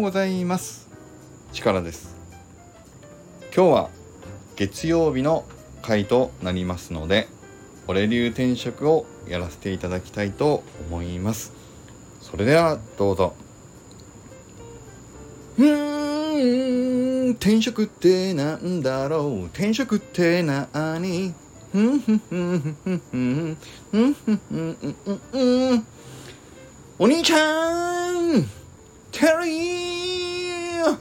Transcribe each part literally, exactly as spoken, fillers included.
ございます。力です。今日は月曜日の回となりますので、俺流転職をやらせていただきたいと思います。それではどうぞ。うーん転職ってなんだろう、転職ってなーに、ふんふんふんふんふんふんふんふんふんふんふん、お兄ちゃんテリー。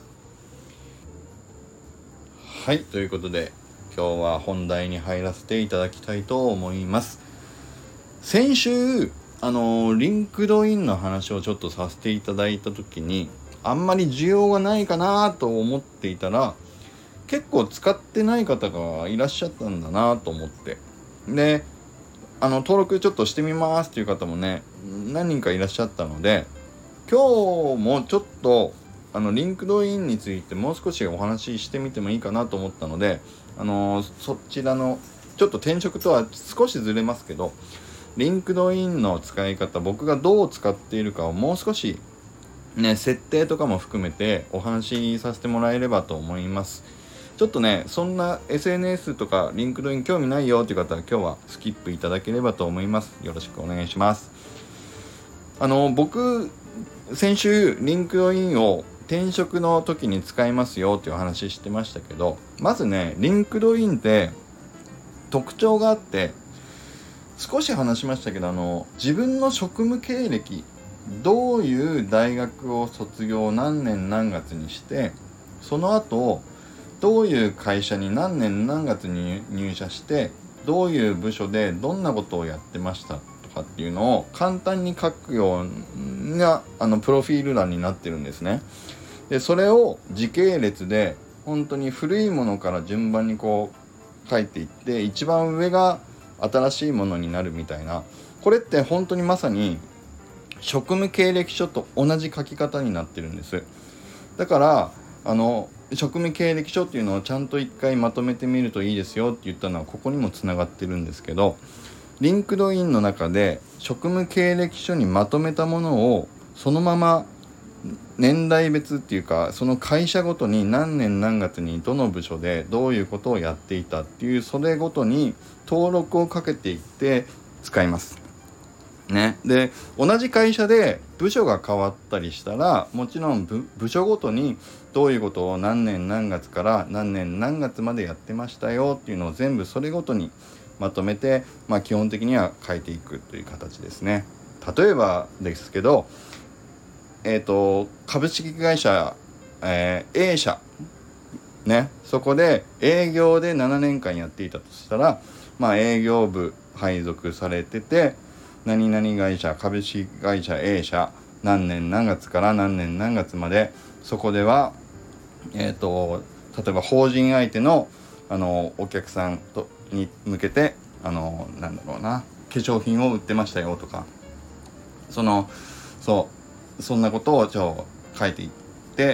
はい、ということで今日は本題に入らせていただきたいと思います。先週あのリンクドインの話をちょっとさせていただいた時に、あんまり需要がないかなと思っていたら、結構使ってない方がいらっしゃったんだなと思って、であの登録ちょっとしてみますっていう方もね何人かいらっしゃったので、今日もちょっとあのリンクドインについてもう少しお話ししてみてもいいかなと思ったので、あのそちらのちょっと転職とは少しずれますけど、リンクドインの使い方、僕がどう使っているかをもう少しね、設定とかも含めてお話しさせてもらえればと思います。ちょっとね、そんな エスエヌエス とかリンクドイン興味ないよという方は今日はスキップいただければと思います。よろしくお願いします。あの僕先週リンクドインを転職の時に使いますよっていう話してましたけど、まずねリンクドインって特徴があって、少し話しましたけど、あの自分の職務経歴、どういう大学を卒業何年何月にして、その後どういう会社に何年何月に入社して、どういう部署でどんなことをやってましたとかっていうのを簡単に書くようなあのプロフィール欄になってるんですね。でそれを時系列で本当に古いものから順番にこう書いていって、一番上が新しいものになるみたいな、これって本当にまさに職務経歴書と同じ書き方になってるんです。だからあの職務経歴書っていうのをちゃんと一回まとめてみるといいですよって言ったのはここにもつながってるんですけど、リンクドインの中で職務経歴書にまとめたものをそのまま年代別っていうか、その会社ごとに何年何月にどの部署でどういうことをやっていたっていう、それごとに登録をかけていって使いますね。で同じ会社で部署が変わったりしたら、もちろん 部, 部署ごとにどういうことを何年何月から何年何月までやってましたよっていうのを全部それごとにまとめて、まあ、基本的には書いていくという形ですね。例えばですけど、えーと、株式会社、えー、A 社ね、そこで営業でななねんかんやっていたとしたら、まあ営業部配属されてて、何々会社株式会社 A 社何年何月から何年何月まで、そこではえっと例えば法人相手のあのお客さんとに向けてあのなんだろうな化粧品を売ってましたよとか、そのそうそんなことをちょ書いていって、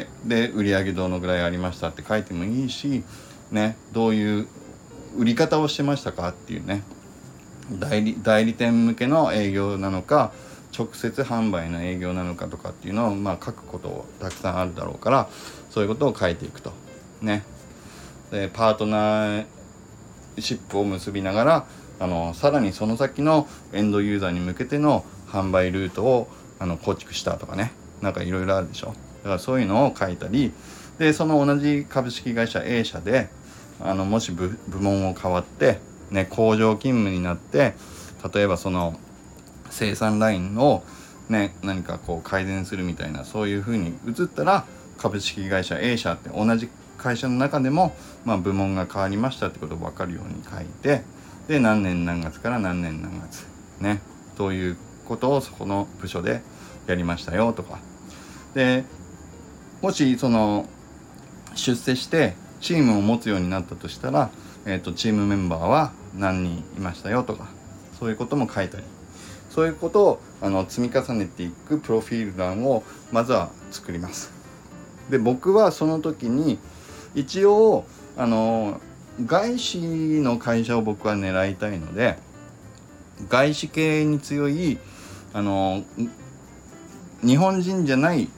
で売上どのぐらいありましたって書いてもいいしね、どういう売り方をしてましたかっていうね、代理、代理店向けの営業なのか直接販売の営業なのかとかっていうのを、まあ、書くことたくさんあるだろうから、そういうことを書いていくとね。でパートナーシップを結びながら、あのさらにその先のエンドユーザーに向けての販売ルートをあの構築したとかね、なんかいろいろあるでしょ。だからそういうのを書いたり、でその同じ株式会社 A 社であのもし 部, 部門を変わってね、工場勤務になって、例えばその生産ラインをね何かこう改善するみたいな、そういう風に移ったら株式会社 A 社って同じ会社の中でも、まあ、部門が変わりましたってことを分かるように書いて、で何年何月から何年何月ね、どういうことをそこの部署でやりましたよとかで、もしその出世してチームを持つようになったとしたら、えーと、チームメンバーは何人いましたよとか、そういうことも書いたり、そういうことをあの積み重ねていくプロフィール欄をまずは作ります。で僕はその時に一応あの外資の会社を僕は狙いたいので、外資系に強いあの日本人じゃない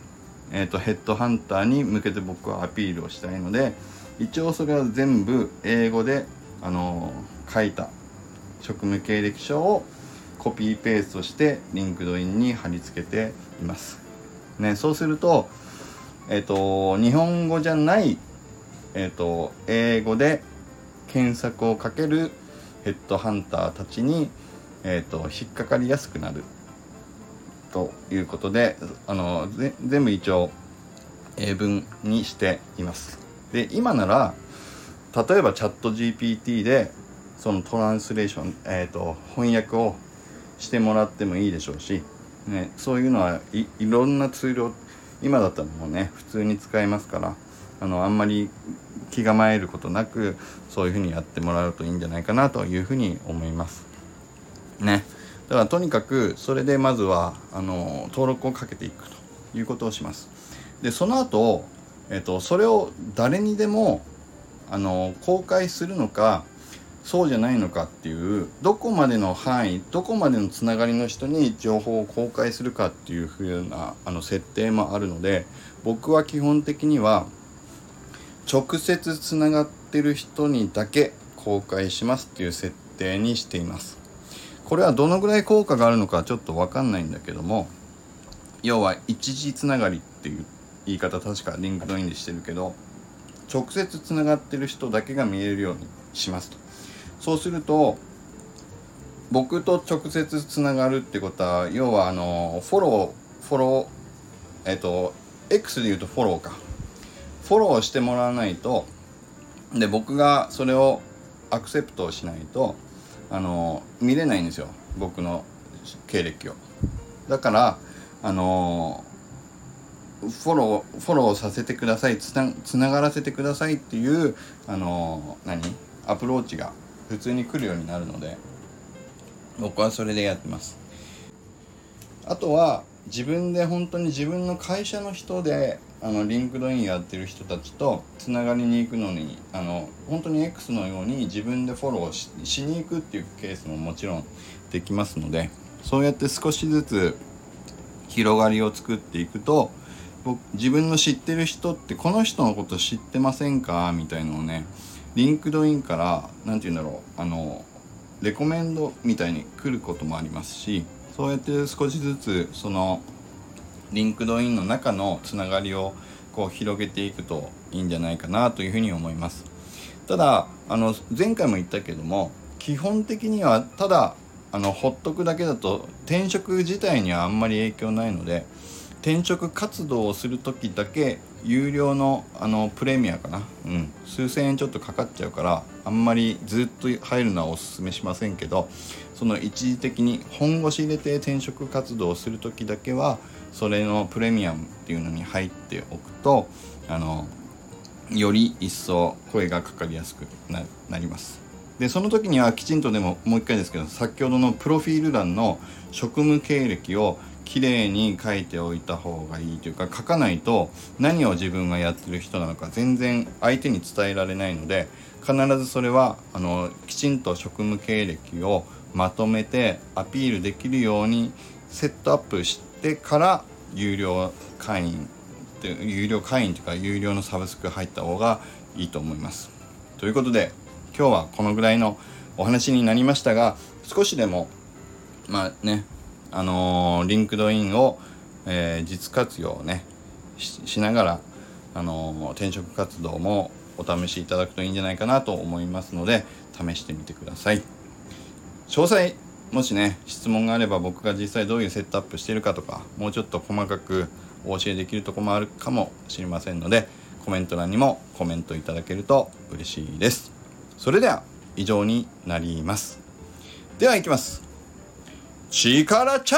えーと、ヘッドハンターに向けて僕はアピールをしたいので、一応それは全部英語で、あのー、書いた職務経歴書をコピーペーストしてリンクドインに貼り付けています、ね、そうすると、えーと、日本語じゃない、えーと、英語で検索をかけるヘッドハンターたちに、えーと、引っかかりやすくなるということで、あの全部一応英文にしています。で、今なら例えばチャット ジーピーティー でそのトランスレーション、えーと、翻訳をしてもらってもいいでしょうし、ね、そういうのはい、いろんなツールを今だったらもうね普通に使えますから、あのあんまり気構えることなくそういうふうにやってもらうといいんじゃないかなというふうに思いますね。だからとにかくそれでまずはあの登録をかけていくということをします。でその後、えっと、それを誰にでもあの公開するのかそうじゃないのかっていうどこまでの範囲どこまでのつながりの人に情報を公開するかっていう風なあの設定もあるので、僕は基本的には直接つながってる人にだけ公開しますっていう設定にしています。これはどのぐらい効果があるのかちょっと分かんないんだけども、要は一時つながりっていう言い方確かリンクドインでしてるけど、直接つながってる人だけが見えるようにしますと。そうすると僕と直接つながるってことは、要はあのフォローフォローえっと X で言うとフォローかフォローしてもらわないと、で僕がそれをアクセプトしないとあの見れないんですよ、僕の経歴を。だからあのフォローフォローさせてください、つな、つながらせてくださいっていうあの何アプローチが普通に来るようになるので、僕はそれでやってます。あとは自分で本当に自分の会社の人であのリンクドインやってる人たちとつながりに行くのに、あの本当に X のように自分でフォロー し, しに行くっていうケースももちろんできますので、そうやって少しずつ広がりを作っていくと、僕自分の知ってる人ってこの人のこと知ってませんかみたいのをね、リンクドインからなんて言うんだろう、あのレコメンドみたいに来ることもありますし、そうやって少しずつそのリンクドインの中のつながりをこう広げていくといいんじゃないかなというふうに思います。ただあの前回も言ったけども、基本的にはただあのほっとくだけだと転職自体にはあんまり影響ないので、転職活動をするときだけ有料のあのプレミアかな、うん、数千円ちょっとかかっちゃうからあんまりずっと入るのはおすすめしませんけど、その一時的に本腰入れて転職活動をするときだけはそれのプレミアムっていうのに入っておくと、あのより一層声がかかりやすく な, なります。でその時にはきちんと、でももう一回ですけど、先ほどのプロフィール欄の職務経歴をきれいに書いておいた方がいいというか、書かないと何を自分がやってる人なのか全然相手に伝えられないので、必ずそれはあのきちんと職務経歴をまとめてアピールできるようにセットアップしてから有料会員って有料会員というか有料のサブスク入った方がいいと思います。ということで今日はこのぐらいのお話になりましたが、少しでもまあねあのー、リンクドインを、えー、実活用ね し, しながら、あのー、転職活動もお試しいただくといいんじゃないかなと思いますので、試してみてください。詳細もしね質問があれば、僕が実際どういうセットアップしているかとか、もうちょっと細かくお教えできるところもあるかもしれませんので、コメント欄にもコメントいただけると嬉しいです。それでは以上になります。では行きます。力チャ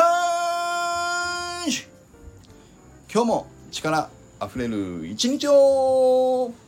ージ。今日も力あふれる一日を。